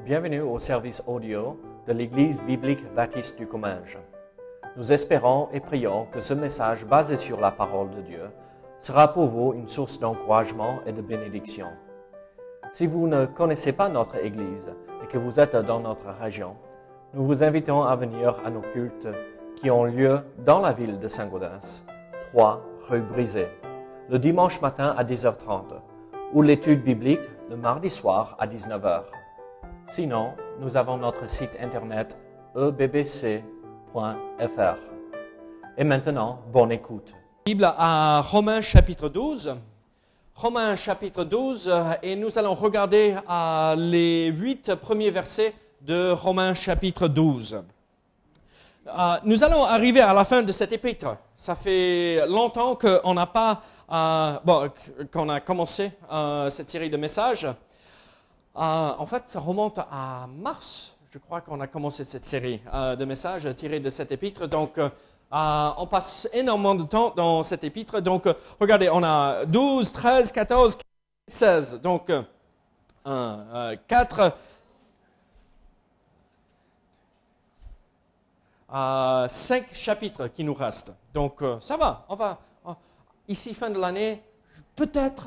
Bienvenue au service audio de l'Église biblique baptiste du Comminges. Nous espérons et prions que ce message basé sur la parole de Dieu sera pour vous une source d'encouragement et de bénédiction. Si vous ne connaissez pas notre Église et que vous êtes dans notre région, nous vous invitons à venir à nos cultes qui ont lieu dans la ville de Saint-Gaudens, 3 rue Brisée, le dimanche matin à 10h30 ou l'étude biblique le mardi soir à 19h. Sinon, nous avons notre site internet ebbc.fr. Et maintenant, bonne écoute. Bible à Romains chapitre 12. Romains chapitre 12, et nous allons regarder les 8 premiers versets de Romains chapitre 12. Nous allons arriver à la fin de cet épître. Ça fait longtemps qu'on n'a pas, qu'on a commencé cette série de messages. En fait, ça remonte à mars, je crois qu'on a commencé cette série de messages tirés de cet épître. Donc, on passe énormément de temps dans cet épître. Donc, regardez, on a 12, 13, 14, 15, 16. Donc, 4, 5 chapitres qui nous restent. Donc, ça va. Ici, fin de l'année, peut-être,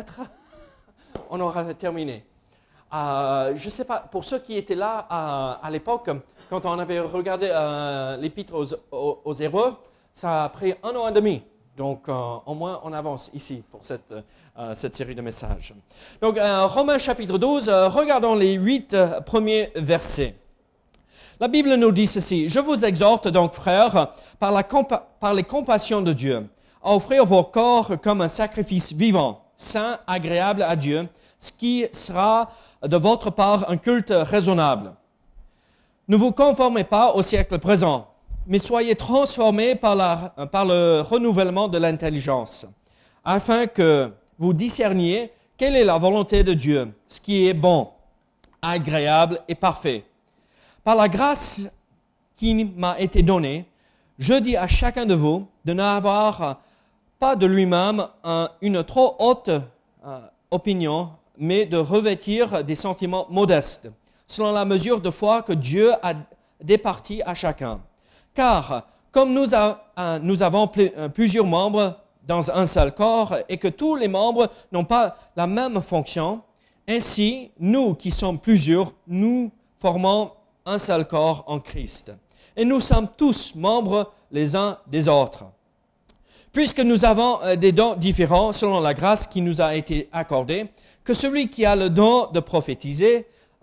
on aura terminé. Je ne sais pas, pour ceux qui étaient là à l'époque, quand on avait regardé l'épître aux Hébreux, ça a pris 1 an et demi. Donc, au moins, on avance ici pour cette série de messages. Donc, Romains chapitre 12, regardons les 8 premiers versets. La Bible nous dit ceci: « Je vous exhorte donc, frères, par les compassions de Dieu, à offrir vos corps comme un sacrifice vivant, saint, agréable à Dieu, ce qui sera de votre part un culte raisonnable. Ne vous conformez pas au siècle présent, mais soyez transformés par le renouvellement de l'intelligence, afin que vous discerniez quelle est la volonté de Dieu, ce qui est bon, agréable et parfait. Par la grâce qui m'a été donnée, je dis à chacun de vous de n'avoir pas de lui-même une trop haute opinion, mais de revêtir des sentiments modestes, selon la mesure de foi que Dieu a départie à chacun. Car, comme nous avons plusieurs membres dans un seul corps, et que tous les membres n'ont pas la même fonction, ainsi, nous qui sommes plusieurs, nous formons un seul corps en Christ. Et nous sommes tous membres les uns des autres. Puisque nous avons des dons différents selon la grâce qui nous a été accordée, que celui qui a le don de prophétie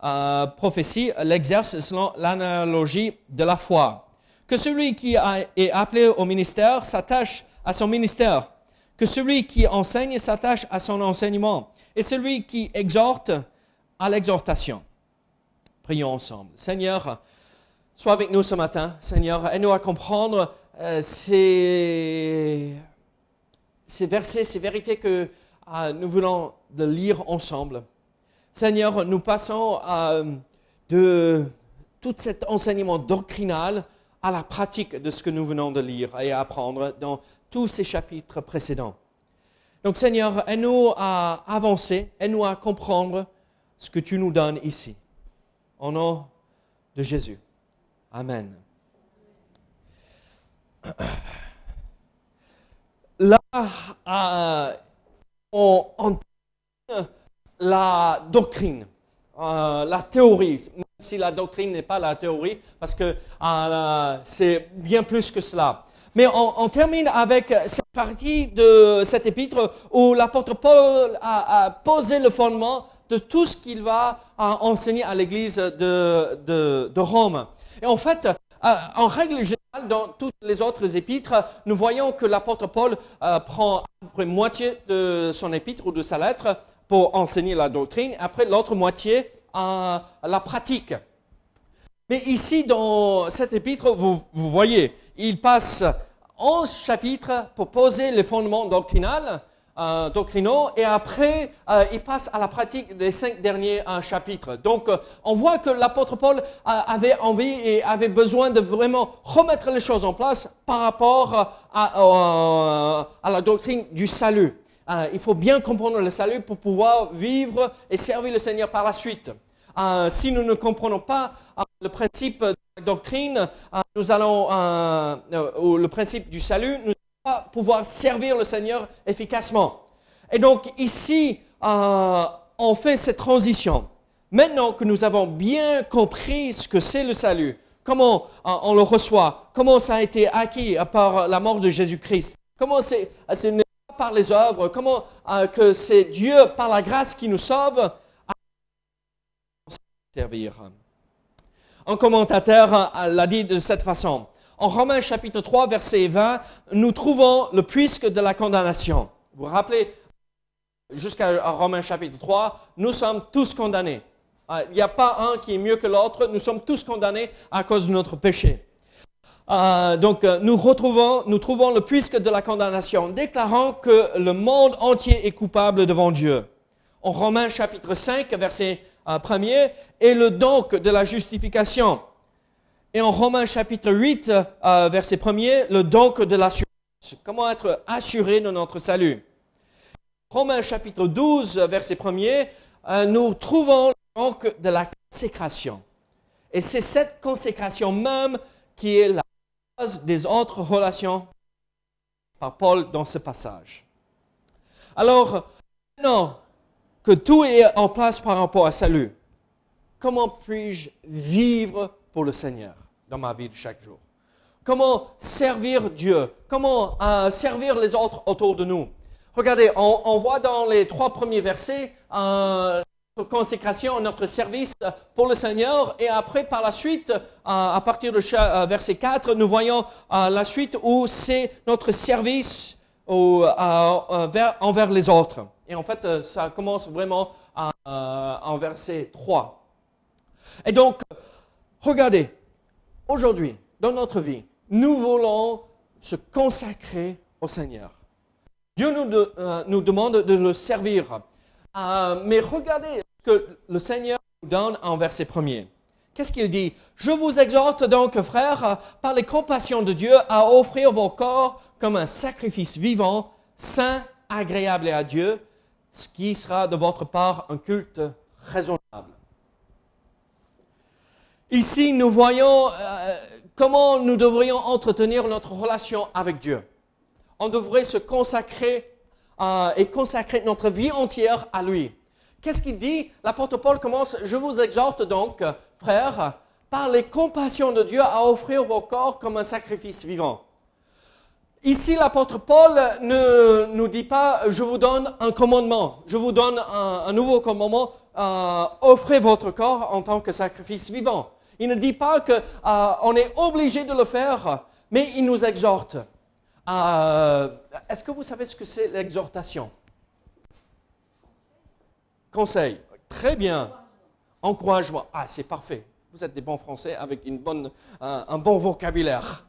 l'exerce selon l'analogie de la foi. Que celui qui est appelé au ministère s'attache à son ministère. Que celui qui enseigne s'attache à son enseignement. Et celui qui exhorte à l'exhortation. Prions ensemble. Seigneur, sois avec nous ce matin. Seigneur, aide-nous à comprendre ces versets, ces vérités que nous voulons de lire ensemble. Seigneur, nous passons de tout cet enseignement doctrinal à la pratique de ce que nous venons de lire et apprendre dans tous ces chapitres précédents. Donc Seigneur, aide-nous à avancer, aide-nous à comprendre ce que tu nous donnes ici. Au nom de Jésus. Amen. Là, on termine la doctrine, la théorie, même si la doctrine n'est pas la théorie, parce que c'est bien plus que cela. Mais on termine avec cette partie de cet épître où l'apôtre Paul a posé le fondement de tout ce qu'il va enseigner à l'église de Rome. Et en fait, en règle générale, dans toutes les autres épîtres, nous voyons que l'apôtre Paul prend à peu près moitié de son épître ou de sa lettre pour enseigner la doctrine, après l'autre moitié la pratique. Mais ici, dans cet épître, vous voyez, il passe 11 chapitres pour poser les fondements doctrinaux, et après, il passe à la pratique des 5 derniers chapitres. Donc, on voit que l'apôtre Paul avait envie et avait besoin de vraiment remettre les choses en place par rapport à la doctrine du salut. Il faut bien comprendre le salut pour pouvoir vivre et servir le Seigneur par la suite. Si nous ne comprenons pas le principe de la doctrine, ou le principe du salut, nous n'allons pas pouvoir servir le Seigneur efficacement. Et donc ici, on fait cette transition. Maintenant que nous avons bien compris ce que c'est le salut, comment on le reçoit, comment ça a été acquis par la mort de Jésus-Christ, comment ce n'est pas par les œuvres, comment que c'est Dieu par la grâce qui nous sauve, servir. Un commentateur l'a dit de cette façon. En Romains chapitre 3, verset 20, nous trouvons le puisque de la condamnation. Vous vous rappelez, jusqu'à Romains chapitre 3, nous sommes tous condamnés. Il n'y a pas un qui est mieux que l'autre, nous sommes tous condamnés à cause de notre péché. Donc, nous trouvons le puisque de la condamnation, déclarant que le monde entier est coupable devant Dieu. En Romains chapitre 5, verset 1er, est le donc de la justification. Et en Romains chapitre 8, verset 1er, le donc de l'assurance. Comment être assuré de notre salut. Romains chapitre 12, verset 1er, nous trouvons le donc de la consécration. Et c'est cette consécration même qui est la base des autres relations par Paul dans ce passage. Alors, maintenant que tout est en place par rapport à salut, comment puis-je vivre pour le Seigneur dans ma vie de chaque jour? Comment servir Dieu? Comment servir les autres autour de nous? Regardez, on voit dans les 3 premiers versets notre consécration, notre service pour le Seigneur. Et après, par la suite, à partir de verset 4, nous voyons la suite où c'est notre service envers les autres. Et en fait, ça commence vraiment en verset 3. Et donc, regardez, aujourd'hui, dans notre vie, nous voulons se consacrer au Seigneur. Dieu nous demande de le servir. Mais regardez ce que le Seigneur nous donne en verset 1er. Qu'est-ce qu'il dit? Je vous exhorte donc, frères, par les compassions de Dieu, à offrir vos corps comme un sacrifice vivant, saint, agréable à Dieu, ce qui sera de votre part un culte raisonnable. Ici, nous voyons comment nous devrions entretenir notre relation avec Dieu. On devrait se consacrer et consacrer notre vie entière à lui. Qu'est-ce qu'il dit? L'apôtre Paul commence, je vous exhorte donc, frères, par les compassions de Dieu, à offrir vos corps comme un sacrifice vivant. Ici, l'apôtre Paul ne nous dit pas, je vous donne un commandement, je vous donne un nouveau commandement, offrez votre corps en tant que sacrifice vivant. Il ne dit pas qu'on est obligé de le faire, mais il nous exhorte. Est-ce que vous savez ce que c'est l'exhortation? Conseil. Très bien. Encouragement. C'est parfait. Vous êtes des bons Français avec un bon vocabulaire.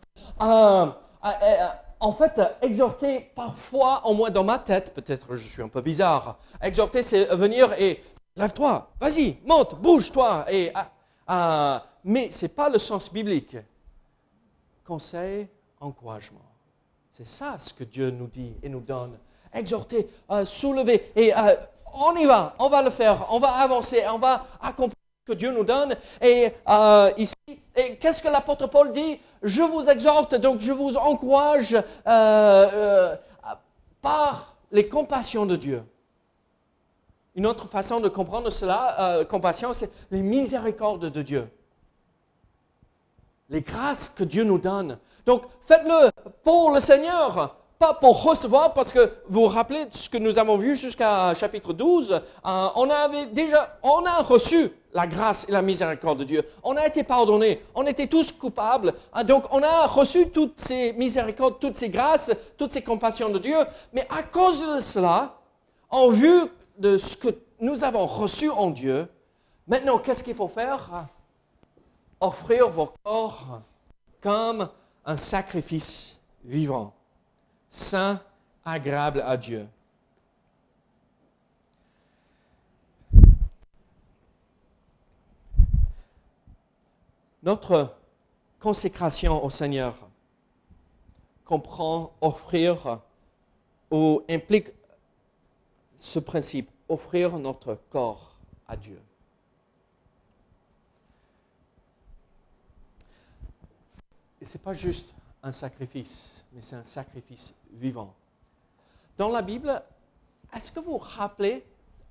En fait, exhorter, parfois, au moins dans ma tête, peut-être je suis un peu bizarre, exhorter, c'est venir et lève-toi, vas-y, monte, bouge-toi. Mais ce n'est pas le sens biblique. Conseil, encouragement. C'est ça ce que Dieu nous dit et nous donne. Exhorter, soulever. Et on y va, on va le faire, on va avancer, on va accomplir ce que Dieu nous donne. Et ici, qu'est-ce que l'apôtre Paul dit? Je vous exhorte, donc je vous encourage par les compassions de Dieu. Une autre façon de comprendre cela, compassion, c'est les miséricordes de Dieu. Les grâces que Dieu nous donne. Donc, faites-le pour le Seigneur, pas pour recevoir, parce que vous vous rappelez ce que nous avons vu jusqu'à chapitre 12, on a reçu la grâce et la miséricorde de Dieu. On a été pardonnés, on était tous coupables, donc on a reçu toutes ces miséricordes, toutes ces grâces, toutes ces compassions de Dieu, mais à cause de cela, en vue de ce que nous avons reçu en Dieu, maintenant, qu'est-ce qu'il faut faire? Offrir vos corps comme un sacrifice vivant, saint, agréable à Dieu. Notre consécration au Seigneur comprend offrir ou implique ce principe, offrir notre corps à Dieu. Et ce n'est pas juste un sacrifice, mais c'est un sacrifice vivant. Dans la Bible, est-ce que vous vous rappelez,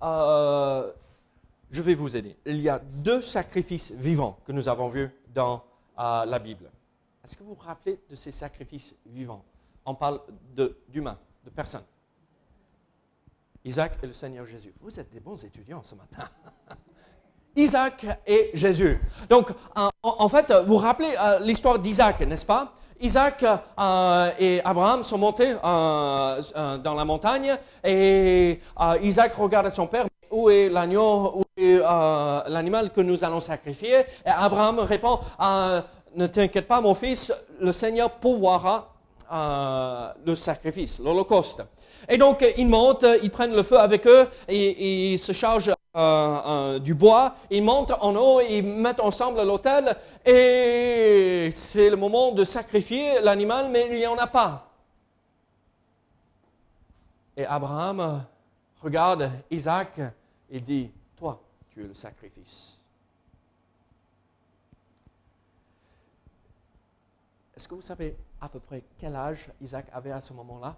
je vais vous aider, il y a 2 sacrifices vivants que nous avons vus dans la Bible. Est-ce que vous vous rappelez de ces sacrifices vivants? On parle d'humains, de personnes. Isaac et le Seigneur Jésus. Vous êtes des bons étudiants ce matin. Isaac et Jésus. Donc, en fait, vous vous rappelez l'histoire d'Isaac, n'est-ce pas? Isaac et Abraham sont montés dans la montagne et Isaac regarde son père. Où est l'agneau? Où est l'animal que nous allons sacrifier? Et Abraham répond, ne t'inquiète pas mon fils, le Seigneur pourvoira le sacrifice, l'holocauste. Et donc, ils montent, ils prennent le feu avec eux, et ils se chargent du bois, ils montent en haut, ils mettent ensemble l'autel, et c'est le moment de sacrifier l'animal, mais il n'y en a pas. Et Abraham regarde Isaac et dit, toi, tu es le sacrifice. Est-ce que vous savez à peu près quel âge Isaac avait à ce moment-là?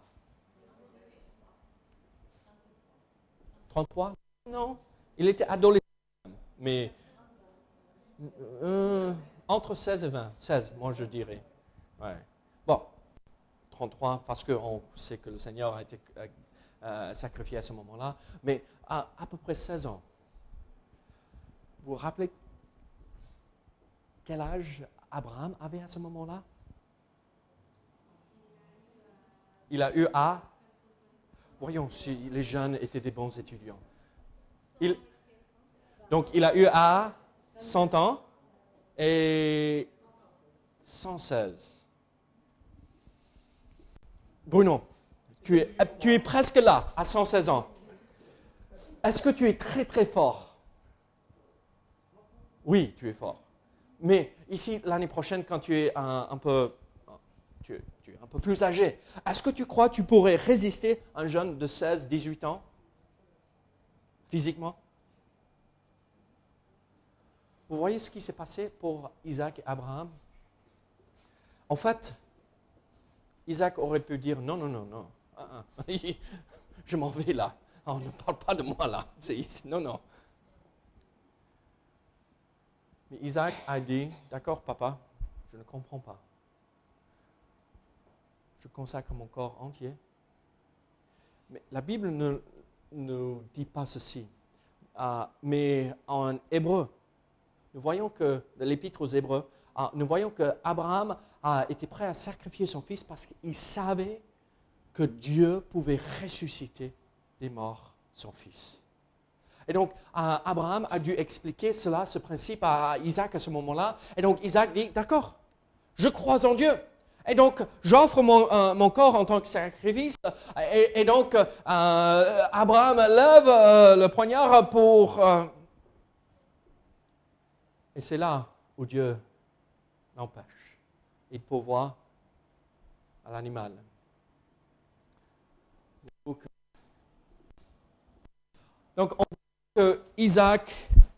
33? Non, il était adolescent, mais entre 16 et 20. 16, moi je dirais. Ouais. Bon, 33 parce qu'on sait que le Seigneur a été sacrifié à ce moment-là, mais à peu près 16 ans. Vous vous rappelez quel âge Abraham avait à ce moment-là? Il a eu à... Voyons si les jeunes étaient des bons étudiants. Donc, il a eu à 100 ans et 116. Bruno, tu es presque là, à 116 ans. Est-ce que tu es très très fort? Oui, tu es fort. Mais ici, l'année prochaine, quand tu es un peu plus âgé, est-ce que tu crois que tu pourrais résister à un jeune de 16, 18 ans, physiquement? Vous voyez ce qui s'est passé pour Isaac et Abraham? En fait, Isaac aurait pu dire non, non, non, non. Je m'en vais là. On ne parle pas de moi là. C'est ici. Non, non. Mais Isaac a dit, d'accord papa, je ne comprends pas. Je consacre mon corps entier. Mais la Bible ne dit pas ceci. Mais en hébreu, nous voyons que, dans l'épître aux Hébreux, nous voyons qu'Abraham était prêt à sacrifier son fils parce qu'il savait que Dieu pouvait ressusciter des morts son fils. Et donc, Abraham a dû expliquer ce principe à Isaac à ce moment-là. Et donc, Isaac dit, d'accord, je crois en Dieu. Et donc, j'offre mon corps en tant que sacrifice. Et donc, Abraham lève le poignard pour... Et c'est là où Dieu l'empêche. Il pourvoit à l'animal. Donc, on voit que Isaac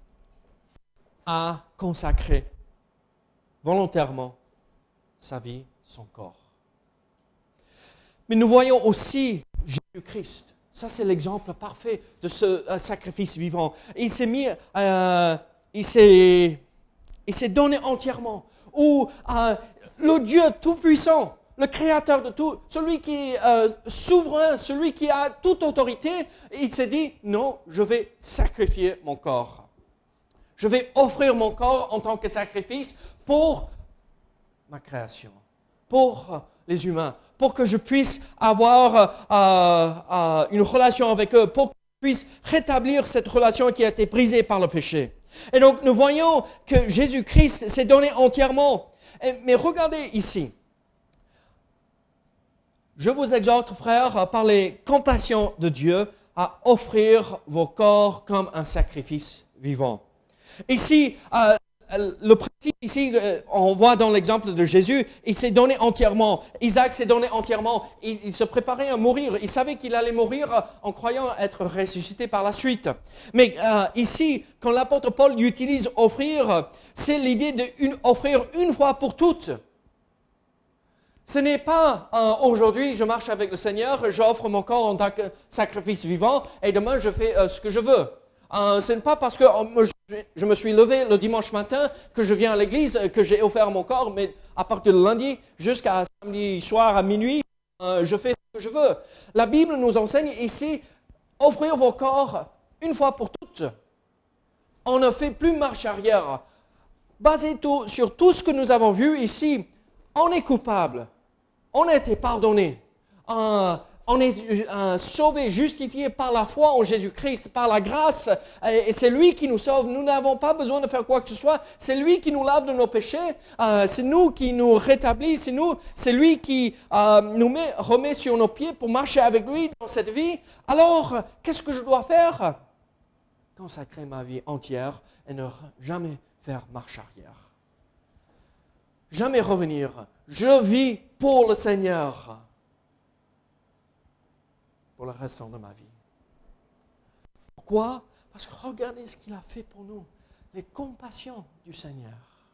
a consacré volontairement sa vie, son corps. Mais nous voyons aussi Jésus-Christ. Ça, c'est l'exemple parfait de ce sacrifice vivant. Il s'est mis, il s'est donné entièrement. Où le Dieu Tout-Puissant, le Créateur de tout, celui qui est souverain, celui qui a toute autorité, il s'est dit, non, je vais sacrifier mon corps. Je vais offrir mon corps en tant que sacrifice pour ma création, pour les humains, pour que je puisse avoir une relation avec eux, pour que je puisse rétablir cette relation qui a été brisée par le péché. Et donc, nous voyons que Jésus-Christ s'est donné entièrement. Mais regardez ici. Je vous exhorte, frères, par les compassions de Dieu, à offrir vos corps comme un sacrifice vivant. Ici, le principe ici, on voit dans l'exemple de Jésus, il s'est donné entièrement. Isaac s'est donné entièrement. Il se préparait à mourir. Il savait qu'il allait mourir en croyant être ressuscité par la suite. Mais ici, quand l'apôtre Paul utilise offrir, c'est l'idée d'offrir une fois pour toutes. Ce n'est pas aujourd'hui, je marche avec le Seigneur, j'offre mon corps en tant que sacrifice vivant et demain je fais ce que je veux. Ce n'est pas parce que je me suis levé le dimanche matin que je viens à l'église, que j'ai offert mon corps, mais à partir de lundi jusqu'à samedi soir à minuit, je fais ce que je veux. La Bible nous enseigne ici, offrir vos corps une fois pour toutes. On ne fait plus marche arrière. Basé sur tout ce que nous avons vu ici, on est coupable. On a été pardonné. On est sauvé, justifié par la foi en Jésus-Christ, par la grâce. Et c'est lui qui nous sauve. Nous n'avons pas besoin de faire quoi que ce soit. C'est lui qui nous lave de nos péchés. C'est nous qui nous rétablit. C'est lui qui remet sur nos pieds pour marcher avec lui dans cette vie. Alors, qu'est-ce que je dois faire? Consacrer ma vie entière et ne jamais faire marche arrière. Jamais revenir. Je vis pour le Seigneur. Pour le restant de ma vie. Pourquoi? Parce que regardez ce qu'il a fait pour nous. Les compassions du Seigneur.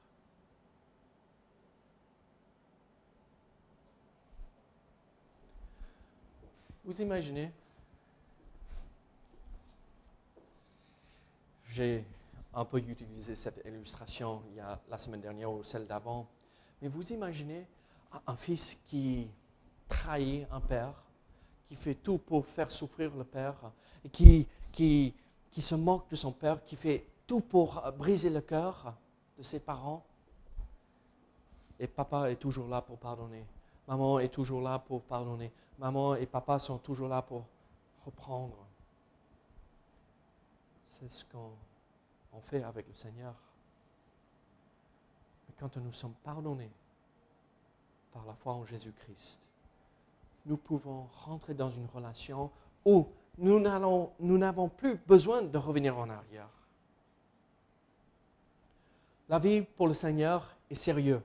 Vous imaginez? J'ai un peu utilisé cette illustration la semaine dernière ou celle d'avant. Mais vous imaginez un fils qui trahit un père, qui fait tout pour faire souffrir le père, et qui se moque de son père, qui fait tout pour briser le cœur de ses parents. Et papa est toujours là pour pardonner. Maman est toujours là pour pardonner. Maman et papa sont toujours là pour reprendre. C'est ce qu'on fait avec le Seigneur. Mais quand nous sommes pardonnés par la foi en Jésus-Christ, nous pouvons rentrer dans une relation où nous n'avons plus besoin de revenir en arrière. La vie pour le Seigneur est sérieuse.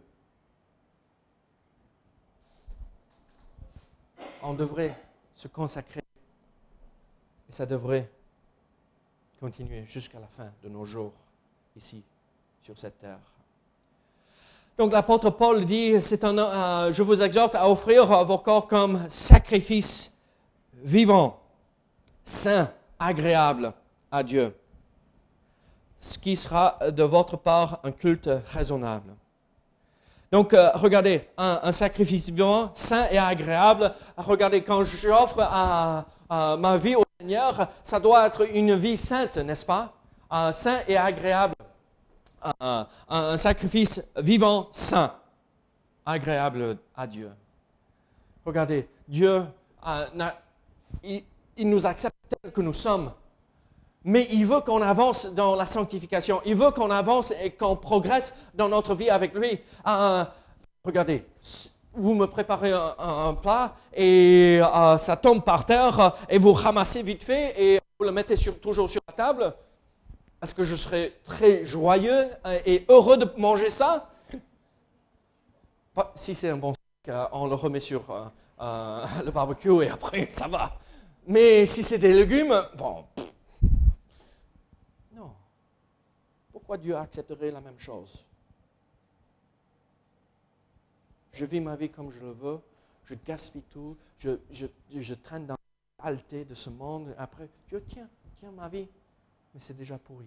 On devrait se consacrer et ça devrait continuer jusqu'à la fin de nos jours ici, sur cette terre. Donc l'apôtre Paul dit, je vous exhorte à offrir vos corps comme sacrifice vivant, saint, agréable à Dieu, ce qui sera de votre part un culte raisonnable. Donc regardez, un sacrifice vivant, saint et agréable. Regardez, quand j'offre ma vie au Seigneur, ça doit être une vie sainte, n'est-ce pas? Saint et agréable. Un sacrifice vivant, saint, agréable à Dieu. Regardez, Dieu, il nous accepte tel que nous sommes, mais il veut qu'on avance dans la sanctification. Il veut qu'on avance et qu'on progresse dans notre vie avec lui. Regardez, vous me préparez un plat et ça tombe par terre et vous ramassez vite fait et vous le mettez toujours sur la table. Est-ce que je serais très joyeux et heureux de manger ça? Si c'est un bon steak, on le remet sur le barbecue et après ça va. Mais si c'est des légumes, bon. Non. Pourquoi Dieu accepterait la même chose? Je vis ma vie comme je le veux, je gaspille tout, je traîne dans la saleté de ce monde. Après, Dieu, tiens ma vie. Mais c'est déjà pourri.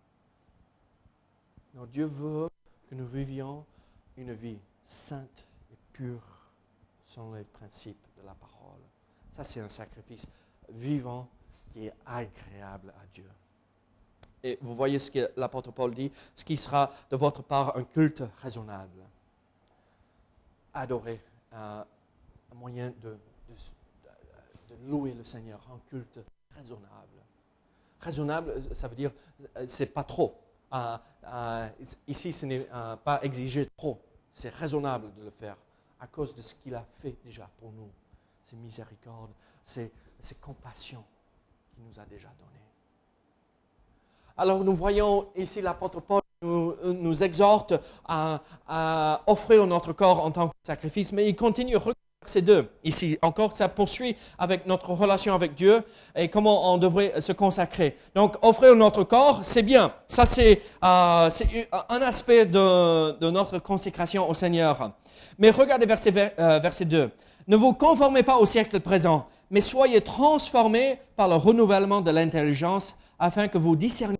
Non, Dieu veut que nous vivions une vie sainte et pure selon les principes de la parole. Ça, c'est un sacrifice vivant qui est agréable à Dieu. Et vous voyez ce que l'apôtre Paul dit, ce qui sera de votre part un culte raisonnable. Adorer, un moyen de louer le Seigneur, un culte raisonnable. Raisonnable, ça veut dire, c'est pas trop. Ici, ce n'est pas exigé trop. C'est raisonnable de le faire à cause de ce qu'il a fait déjà pour nous. C'est miséricorde, c'est compassion qu'il nous a déjà donné. Alors, nous voyons ici l'apôtre Paul nous exhorte à offrir notre corps en tant que sacrifice, mais il continue. Regardez verset 2, ici encore, ça poursuit avec notre relation avec Dieu et comment on devrait se consacrer. Donc, offrir notre corps, c'est bien. Ça, c'est un aspect de notre consécration au Seigneur. Mais regardez verset 2. Ne vous conformez pas au siècle présent, mais soyez transformés par le renouvellement de l'intelligence afin que vous discerniez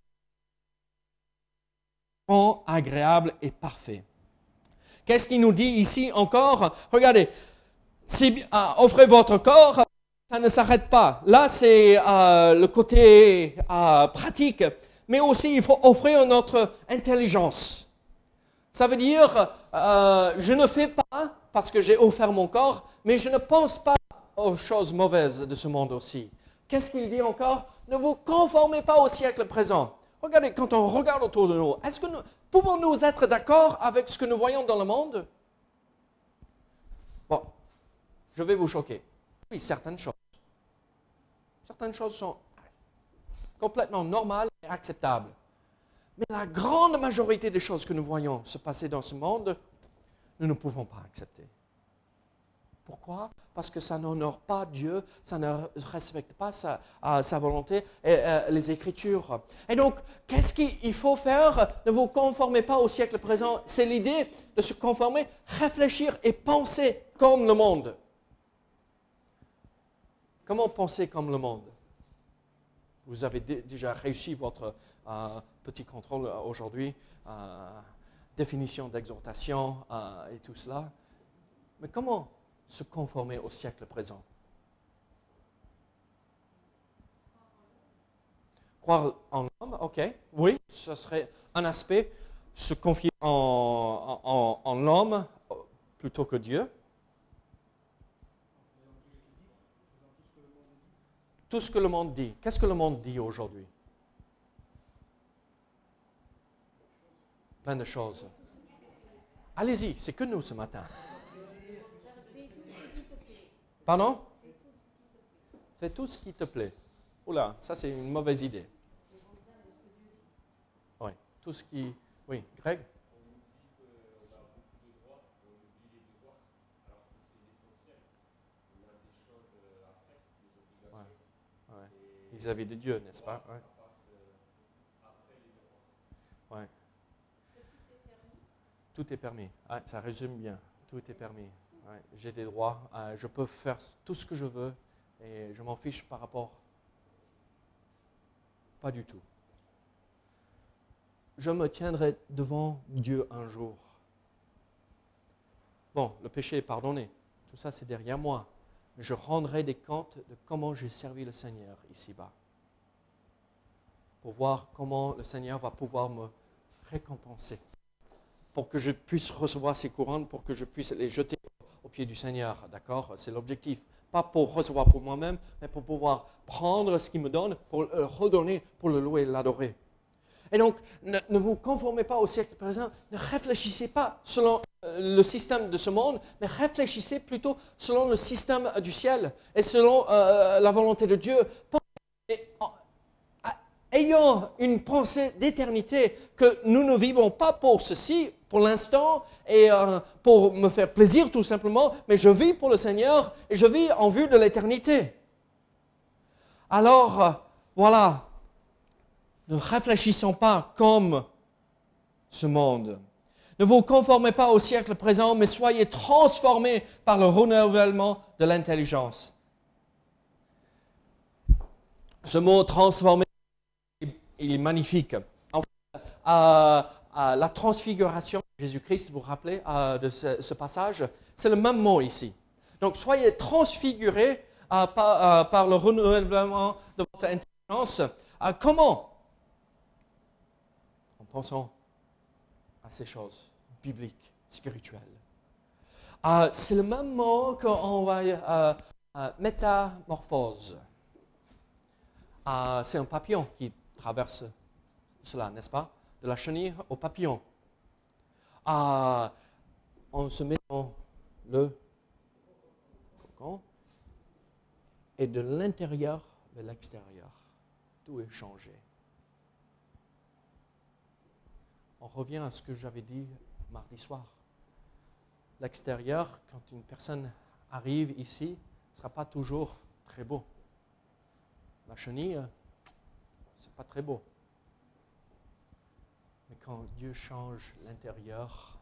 le bon, agréable et parfait. Qu'est-ce qu'il nous dit ici encore? Regardez. Offrez votre corps, ça ne s'arrête pas. Là, c'est le côté pratique, mais aussi il faut offrir notre intelligence. Ça veut dire, je ne fais pas parce que j'ai offert mon corps, mais je ne pense pas aux choses mauvaises de ce monde aussi. Qu'est-ce qu'il dit encore? Ne vous conformez pas au siècle présent. Regardez, quand on regarde autour de nous, est-ce que pouvons-nous être d'accord avec ce que nous voyons dans le monde? Bon. Je vais vous choquer. Oui, certaines choses. Certaines choses sont complètement normales et acceptables. Mais la grande majorité des choses que nous voyons se passer dans ce monde, nous ne pouvons pas accepter. Pourquoi? Parce que ça n'honore pas Dieu, ça ne respecte pas sa volonté et les Écritures. Et donc, qu'est-ce qu'il faut faire? Ne vous conformez pas au siècle présent. C'est l'idée de se conformer, réfléchir et penser comme le monde. Comment penser comme le monde? Vous avez déjà réussi votre petit contrôle aujourd'hui, définition d'exhortation et tout cela. Mais comment se conformer au siècle présent? Croire en l'homme, ok, oui, ce serait un aspect, se confier en l'homme plutôt que Dieu. Tout ce que le monde dit. Qu'est-ce que le monde dit aujourd'hui? Plein de choses. Allez-y, c'est que nous ce matin. Pardon? Fais tout ce qui te plaît. Oula, ça c'est une mauvaise idée. Oui, tout ce qui... Oui, Greg? Ouais, ouais. Vis-à-vis de Dieu, n'est-ce pas? Ouais. Ouais. Tout est permis. Ouais, ça résume bien. Tout est permis. Ouais. J'ai des droits. Je peux faire tout ce que je veux et je m'en fiche par rapport. Pas du tout. Je me tiendrai devant Dieu un jour. Bon, le péché est pardonné. Tout ça, c'est derrière moi. Je rendrai des comptes de comment j'ai servi le Seigneur ici-bas. Pour voir comment le Seigneur va pouvoir me récompenser. Pour que je puisse recevoir ces couronnes, pour que je puisse les jeter aux pieds du Seigneur. D'accord? C'est l'objectif. Pas pour recevoir pour moi-même, mais pour pouvoir prendre ce qu'il me donne, pour le redonner, pour le louer et l'adorer. Et donc, ne vous conformez pas au siècle présent, ne réfléchissez pas selon le système de ce monde, mais réfléchissez plutôt selon le système du ciel et selon la volonté de Dieu. Ayant une pensée d'éternité, que nous ne vivons pas pour ceci, pour l'instant, et pour me faire plaisir tout simplement, mais je vis pour le Seigneur et je vis en vue de l'éternité. Alors, voilà, ne réfléchissons pas comme ce monde. Ne vous conformez pas au siècle présent, mais soyez transformés par le renouvellement de l'intelligence. Ce mot transformer, il est magnifique. En fait, la transfiguration de Jésus-Christ, vous vous rappelez de ce passage, c'est le même mot ici. Donc, soyez transfigurés par le renouvellement de votre intelligence. Comment? En pensant à ces choses bibliques, spirituelles. C'est le même mot qu'on va métamorphose. C'est un papillon qui traverse cela, n'est-ce pas? De la chenille au papillon. On se met dans le cocon et de l'intérieur vers l'extérieur, tout est changé. On revient à ce que j'avais dit mardi soir. L'extérieur, quand une personne arrive ici, ce ne sera pas toujours très beau. La chenille, ce n'est pas très beau. Mais quand Dieu change l'intérieur,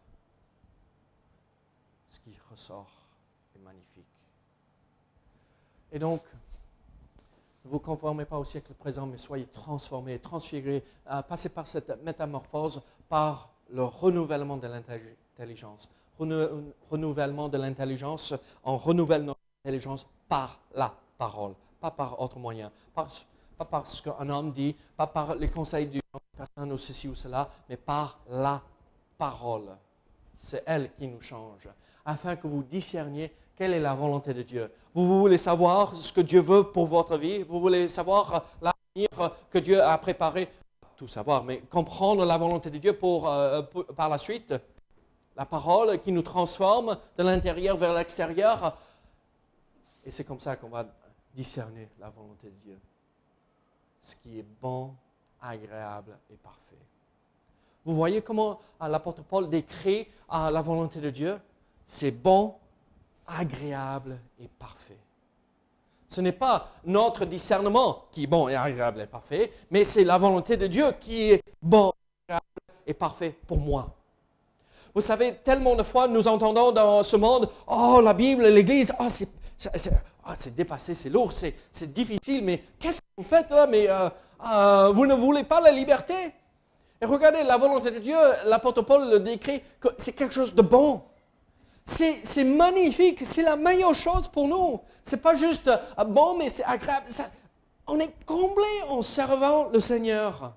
ce qui ressort est magnifique. Et donc, ne vous conformez pas au siècle présent, mais soyez transformés, transfigurés, passez par cette métamorphose, par le renouvellement de l'intelligence. Renouvellement de l'intelligence, on renouvelle notre intelligence par la parole, pas par autre moyen. Pas par ce qu'un homme dit, pas par les conseils d'une personne ou ceci ou cela, mais par la parole. C'est elle qui nous change, afin que vous discerniez quelle est la volonté de Dieu. Vous voulez savoir ce que Dieu veut pour votre vie? Vous voulez savoir l'avenir que Dieu a préparé? Tout savoir, mais comprendre la volonté de Dieu par la suite. La parole qui nous transforme de l'intérieur vers l'extérieur. Et c'est comme ça qu'on va discerner la volonté de Dieu. Ce qui est bon, agréable et parfait. Vous voyez comment l'apôtre Paul décrit la volonté de Dieu? C'est bon, agréable et parfait. Ce n'est pas notre discernement qui est bon et agréable et parfait, mais c'est la volonté de Dieu qui est bon, agréable et parfait pour moi. Vous savez, tellement de fois nous entendons dans ce monde, « Oh, la Bible, l'Église, c'est dépassé, c'est lourd, c'est difficile, mais qu'est-ce que vous faites là? Mais vous ne voulez pas la liberté ?» Et regardez, la volonté de Dieu, l'apôtre Paul le décrit, que c'est quelque chose de bon. C'est magnifique, c'est la meilleure chose pour nous. Ce n'est pas juste bon, mais c'est agréable. On est comblé en servant le Seigneur.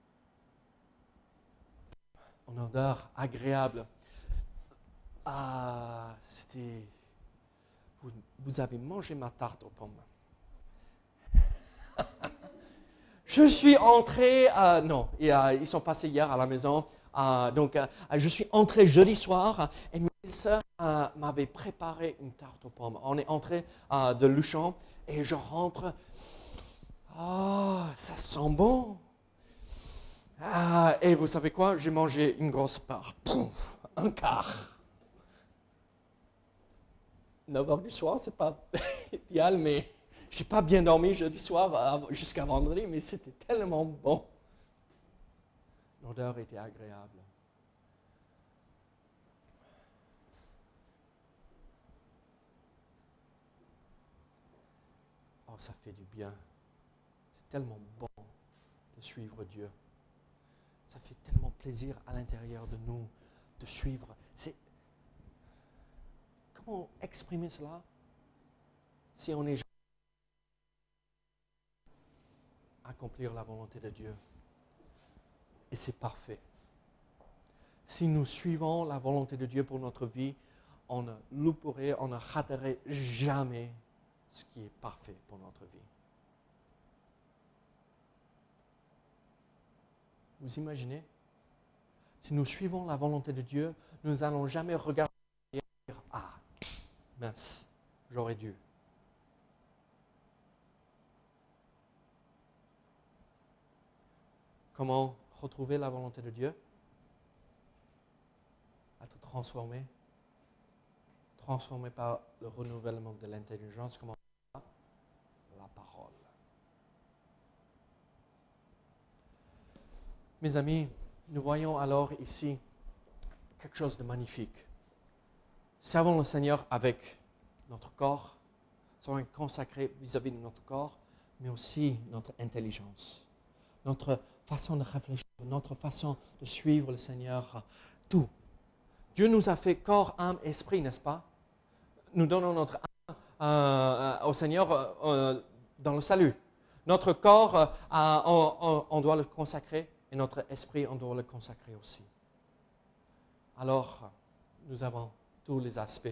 En odeur agréable. C'était... Vous avez mangé ma tarte aux pommes. Je suis entré... non, ils sont passés hier à la maison. Donc, je suis entré jeudi soir et mes soeurs m'avaient préparé une tarte aux pommes. On est entré de Luchon et je rentre. Ça sent bon. Et vous savez quoi? J'ai mangé une grosse part. Pouf, un quart. 9h du soir, c'est pas idéal, mais je n'ai pas bien dormi jeudi soir jusqu'à vendredi, mais c'était tellement bon. L'odeur était agréable. Oh, ça fait du bien. C'est tellement bon de suivre Dieu. Ça fait tellement plaisir à l'intérieur de nous de suivre. Comment exprimer cela si on est accomplir la volonté de Dieu? Et c'est parfait. Si nous suivons la volonté de Dieu pour notre vie, on ne louperait, on ne raterait jamais ce qui est parfait pour notre vie. Vous imaginez? Si nous suivons la volonté de Dieu, nous n'allons jamais regarder et dire « Ah, mince, j'aurais dû. » Comment retrouver la volonté de Dieu? Être transformé par le renouvellement de l'intelligence. Comment? La parole. Mes amis, nous voyons alors ici quelque chose de magnifique. Servons le Seigneur avec notre corps, soyons consacrés vis-à-vis de notre corps, mais aussi notre intelligence, notre façon de réfléchir, notre façon de suivre le Seigneur, tout. Dieu nous a fait corps, âme, esprit, n'est-ce pas? Nous donnons notre âme au Seigneur dans le salut. Notre corps, on doit le consacrer, et notre esprit, on doit le consacrer aussi. Alors, nous avons tous les aspects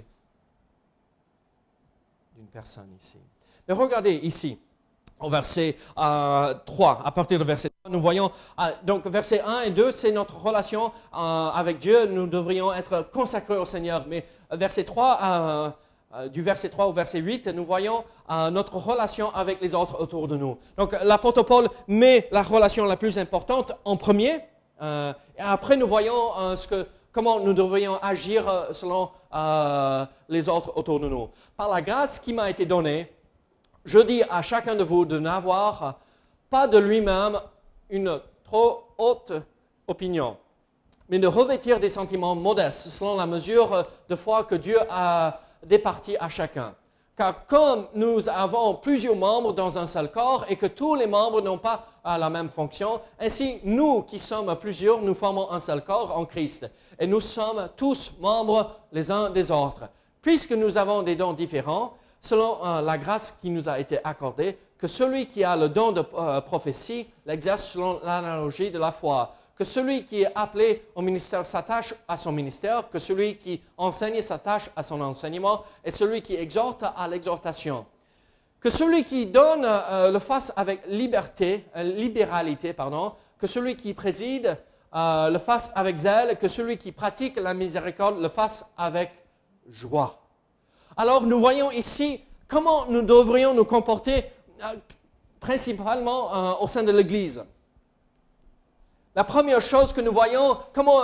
d'une personne ici. Mais regardez ici, au verset 3, à partir de verset 3, nous voyons, donc versets 1 et 2, c'est notre relation avec Dieu, nous devrions être consacrés au Seigneur. Mais verset 3, du verset 3 au verset 8, nous voyons notre relation avec les autres autour de nous. Donc l'apôtre Paul met la relation la plus importante en premier, et après nous voyons comment nous devrions agir selon les autres autour de nous. Par la grâce qui m'a été donnée, je dis à chacun de vous de n'avoir pas de lui-même une trop haute opinion, mais de revêtir des sentiments modestes selon la mesure de foi que Dieu a départie à chacun. Car comme nous avons plusieurs membres dans un seul corps et que tous les membres n'ont pas la même fonction, ainsi nous qui sommes plusieurs, nous formons un seul corps en Christ. Et nous sommes tous membres les uns des autres. Puisque nous avons des dons différents, selon la grâce qui nous a été accordée, que celui qui a le don de prophétie l'exerce selon l'analogie de la foi. Que celui qui est appelé au ministère s'attache à son ministère, que celui qui enseigne s'attache à son enseignement, et celui qui exhorte à l'exhortation. Que celui qui donne le fasse avec libéralité, que celui qui préside le fasse avec zèle, que celui qui pratique la miséricorde le fasse avec joie. Alors nous voyons ici comment nous devrions nous comporter principalement au sein de l'Église. La première chose que nous voyons, comment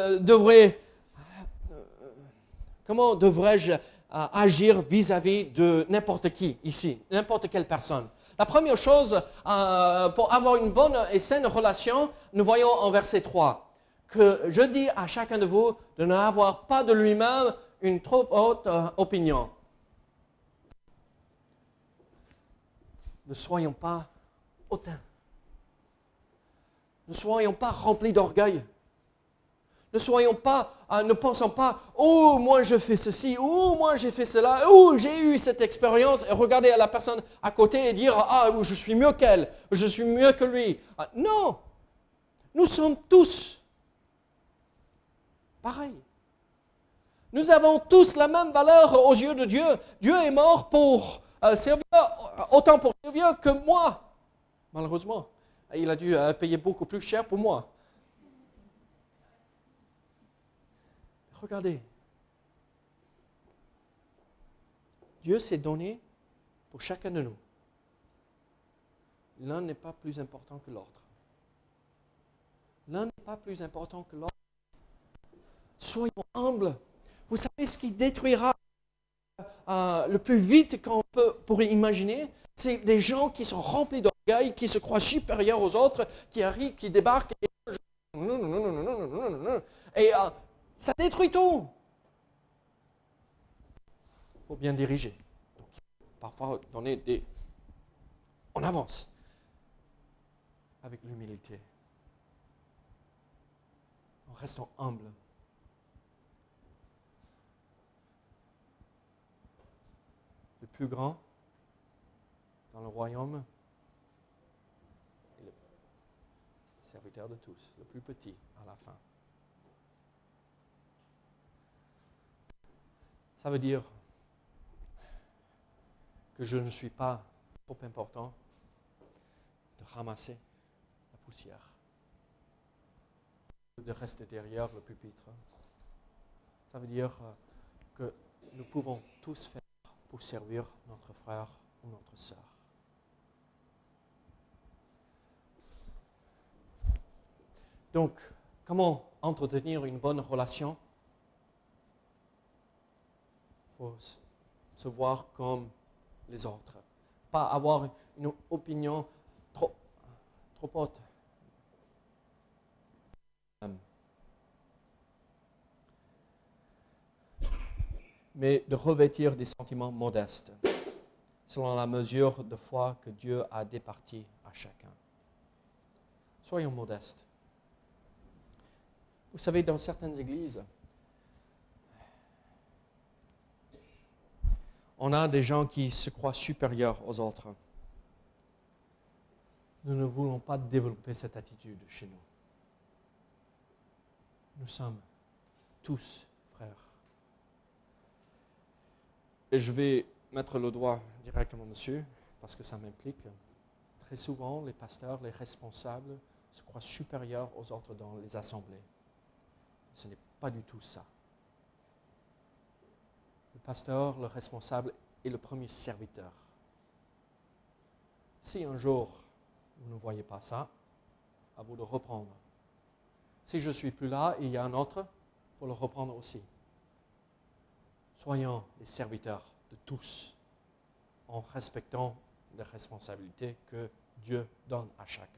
devrais-je agir vis-à-vis de n'importe qui ici, n'importe quelle personne. La première chose, pour avoir une bonne et saine relation, nous voyons en verset 3, que je dis à chacun de vous de n'avoir pas de lui-même une trop haute opinion. Ne soyons pas hautains. Ne soyons pas remplis d'orgueil. Ne pensons pas, oh, moi je fais ceci, oh, moi j'ai fait cela, oh, j'ai eu cette expérience, et regarder à la personne à côté et dire, ah, je suis mieux qu'elle, je suis mieux que lui. Non, nous sommes tous pareils. Nous avons tous la même valeur aux yeux de Dieu. Dieu est mort pour servir, autant pour servir que moi, malheureusement. Il a dû payer beaucoup plus cher pour moi. Regardez. Dieu s'est donné pour chacun de nous. L'un n'est pas plus important que l'autre. L'un n'est pas plus important que l'autre. Soyons humbles. Vous savez ce qui détruira le plus vite qu'on pourrait imaginer? C'est des gens qui sont remplis d'orgueil, qui se croient supérieurs aux autres, qui arrivent, qui débarquent, et ça détruit tout. Il faut bien diriger. Donc, parfois, donner des... On avance avec l'humilité. En restant humble. Le plus grand dans le royaume, le serviteur de tous, le plus petit à la fin. Ça veut dire que je ne suis pas trop important de ramasser la poussière, de rester derrière le pupitre. Ça veut dire que nous pouvons tous faire pour servir notre frère ou notre sœur. Donc, comment entretenir une bonne relation? Il faut se voir comme les autres. Pas avoir une opinion trop haute. Mais de revêtir des sentiments modestes, selon la mesure de foi que Dieu a départie à chacun. Soyons modestes. Vous savez, dans certaines églises, on a des gens qui se croient supérieurs aux autres. Nous ne voulons pas développer cette attitude chez nous. Nous sommes tous frères. Et je vais mettre le doigt directement dessus, parce que ça m'implique. Très souvent, les pasteurs, les responsables, se croient supérieurs aux autres dans les assemblées. Ce n'est pas du tout ça. Le pasteur, le responsable, est le premier serviteur. Si un jour, vous ne voyez pas ça, à vous de reprendre. Si je ne suis plus là et il y a un autre, il faut le reprendre aussi. Soyons les serviteurs de tous en respectant les responsabilités que Dieu donne à chacun.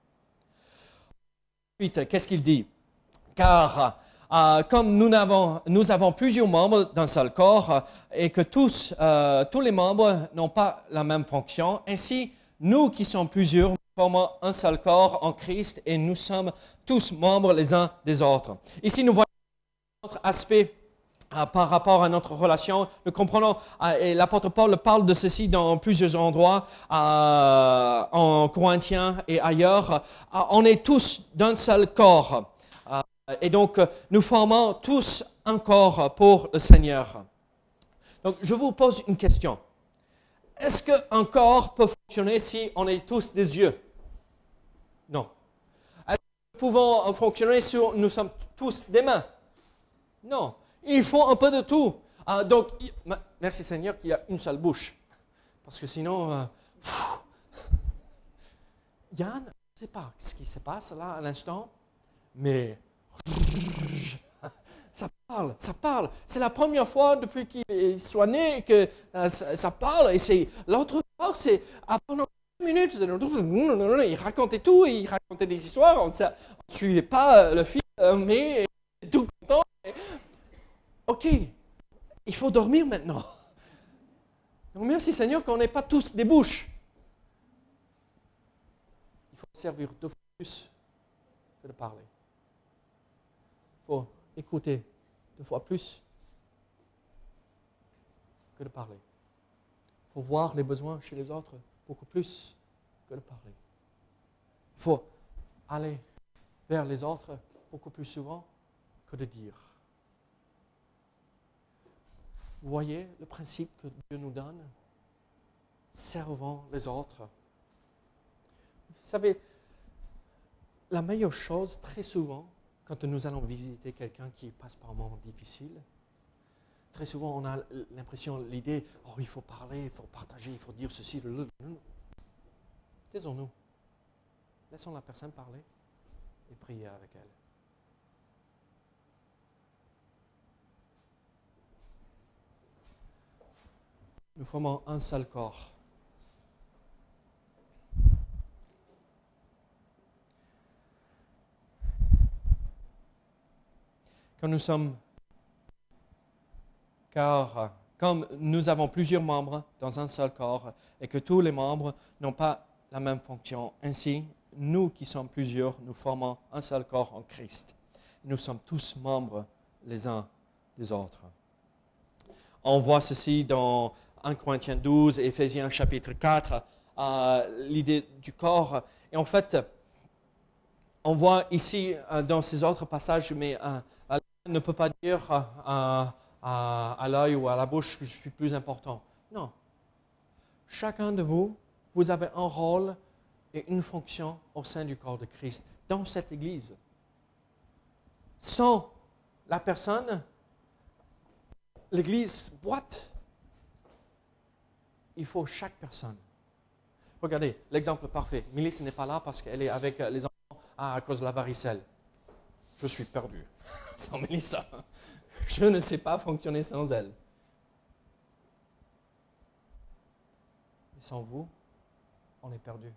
Ensuite, qu'est-ce qu'il dit? Car comme nous avons plusieurs membres d'un seul corps et que tous les membres n'ont pas la même fonction, ainsi, nous qui sommes plusieurs, nous formons un seul corps en Christ et nous sommes tous membres les uns des autres. Ici, nous voyons un autre aspect par rapport à notre relation. Nous comprenons, et l'apôtre Paul parle de ceci dans plusieurs endroits, en Corinthiens et ailleurs. On est tous d'un seul corps. Et donc, nous formons tous un corps pour le Seigneur. Donc, je vous pose une question. Est-ce qu'un corps peut fonctionner si on est tous des yeux? Non. Est-ce que nous pouvons fonctionner si nous sommes tous des mains? Non. Il faut un peu de tout. Donc, merci Seigneur qu'il y a une seule bouche. Parce que sinon, Yann, je ne sais pas ce qui se passe là à l'instant, mais ça parle. C'est la première fois depuis qu'il soit né que ça parle. Et c'est l'autre part, c'est pendant 5 minutes, il racontait tout, il racontait des histoires. On ne suivait pas le film, mais tout content. OK, il faut dormir maintenant. Donc merci Seigneur qu'on n'est pas tous des bouches. Il faut servir 2 fois plus que de parler. Il faut écouter 2 fois plus que de parler. Il faut voir les besoins chez les autres beaucoup plus que de parler. Il faut aller vers les autres beaucoup plus souvent que de dire. Vous voyez le principe que Dieu nous donne? Servons les autres. Vous savez, la meilleure chose, très souvent, quand nous allons visiter quelqu'un qui passe par un moment difficile, très souvent on a l'impression, l'idée, oh il faut parler, il faut partager, il faut dire ceci. Taisons-nous. Laissons la personne parler et prier avec elle. Nous formons un seul corps. Car comme nous avons plusieurs membres dans un seul corps et que tous les membres n'ont pas la même fonction, ainsi, nous qui sommes plusieurs, nous formons un seul corps en Christ. Nous sommes tous membres les uns des autres. On voit ceci dans 1 Corinthiens 12, Éphésiens chapitre 4, l'idée du corps. Et en fait, on voit ici dans ces autres passages, mais on ne peut pas dire à l'œil ou à la bouche que je suis plus important. Non. Chacun de vous, vous avez un rôle et une fonction au sein du corps de Christ, dans cette Église. Sans la personne, l'Église boite. Il faut chaque personne. Regardez, l'exemple parfait. Mélisse n'est pas là parce qu'elle est avec les enfants à cause de la varicelle. Je suis perdu sans Mélissa. Je ne sais pas fonctionner sans elle. Et sans vous, on est perdu.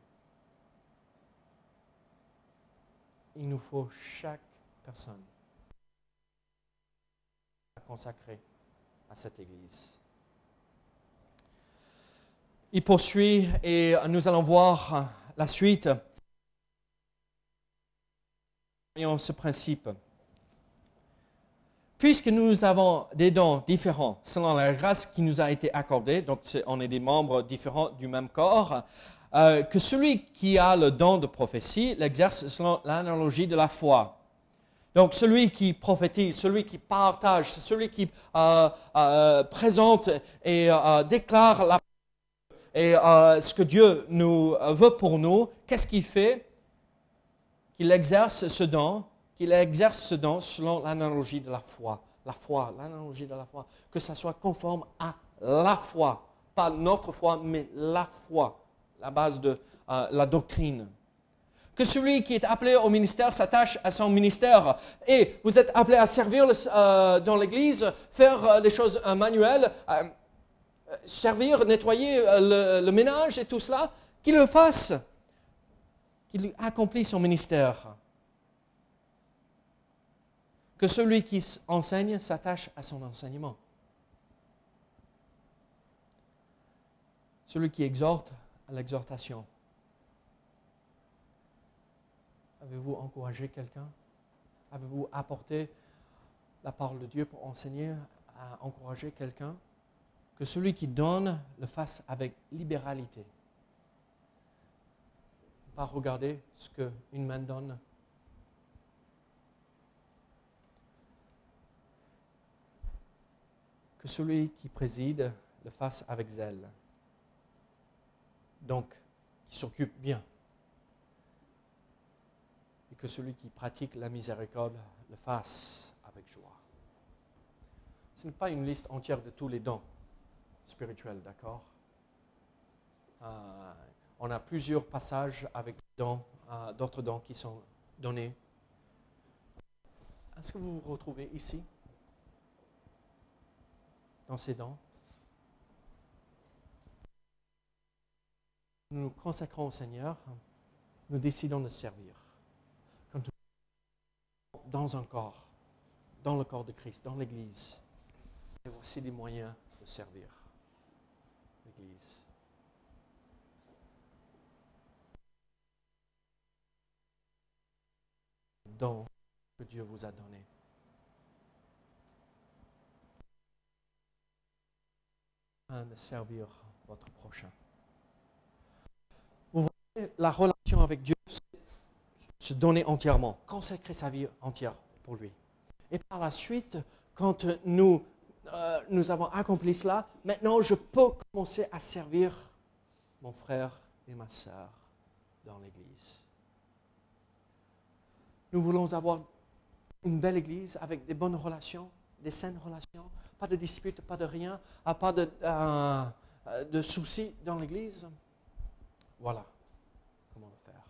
Il nous faut chaque personne consacrée à cette Église. Il poursuit et nous allons voir la suite. Voyons ce principe. Puisque nous avons des dons différents selon la grâce qui nous a été accordée, donc on est des membres différents du même corps, que celui qui a le don de prophétie l'exerce selon l'analogie de la foi. Donc celui qui prophétise, celui qui partage, celui qui présente et déclare la et ce que Dieu nous veut pour nous, qu'est-ce qu'il fait? Qu'il exerce ce don selon l'analogie de la foi. La foi, l'analogie de la foi. Que ça soit conforme à la foi. Pas notre foi, mais la foi. La base de la doctrine. Que celui qui est appelé au ministère s'attache à son ministère. Et vous êtes appelé à servir dans l'Église, faire des choses manuelles, servir, nettoyer le ménage et tout cela, qu'il le fasse, qu'il accomplisse son ministère. Que celui qui enseigne s'attache à son enseignement. Celui qui exhorte à l'exhortation. Avez-vous encouragé quelqu'un? Avez-vous apporté la parole de Dieu pour enseigner, à encourager quelqu'un? Que celui qui donne le fasse avec libéralité. Pas regarder ce qu'une main donne. Que celui qui préside le fasse avec zèle. Donc, qui s'occupe bien. Et que celui qui pratique la miséricorde le fasse avec joie. Ce n'est pas une liste entière de tous les dons spirituels, d'accord? On a plusieurs passages avec d'autres dons qui sont donnés. Est-ce que vous vous retrouvez ici, dans ces dons? Nous nous consacrons au Seigneur, nous décidons de servir. Quand nous sommes dans un corps, dans le corps de Christ, dans l'Église, et voici des moyens de servir l'Église. Don que Dieu vous a donné. De servir votre prochain. Vous voyez, la relation avec Dieu, c'est se donner entièrement, consacrer sa vie entière pour lui. Et par la suite, quand nous avons accompli cela, maintenant je peux commencer à servir mon frère et ma sœur dans l'Église. Nous voulons avoir une belle Église avec des bonnes relations, des saines relations, pas de disputes, pas de rien, pas de soucis dans l'Église. Voilà comment le faire.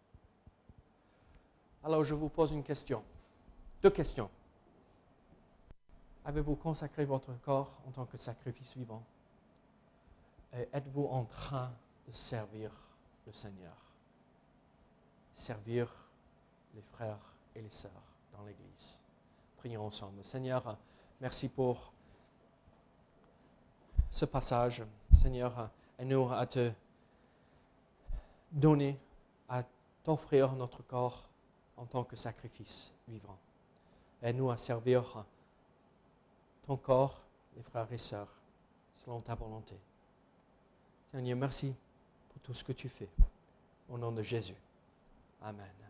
Alors je vous pose une question, 2 questions. Avez-vous consacré votre corps en tant que sacrifice vivant? Et êtes-vous en train de servir le Seigneur? Servir les frères et les sœurs dans l'Église. Prions ensemble. Seigneur, merci pour ce passage. Seigneur, aide-nous à te donner, à t'offrir notre corps en tant que sacrifice vivant. Aide-nous à servir ton corps, les frères et sœurs, selon ta volonté. Seigneur, merci pour tout ce que tu fais. Au nom de Jésus. Amen.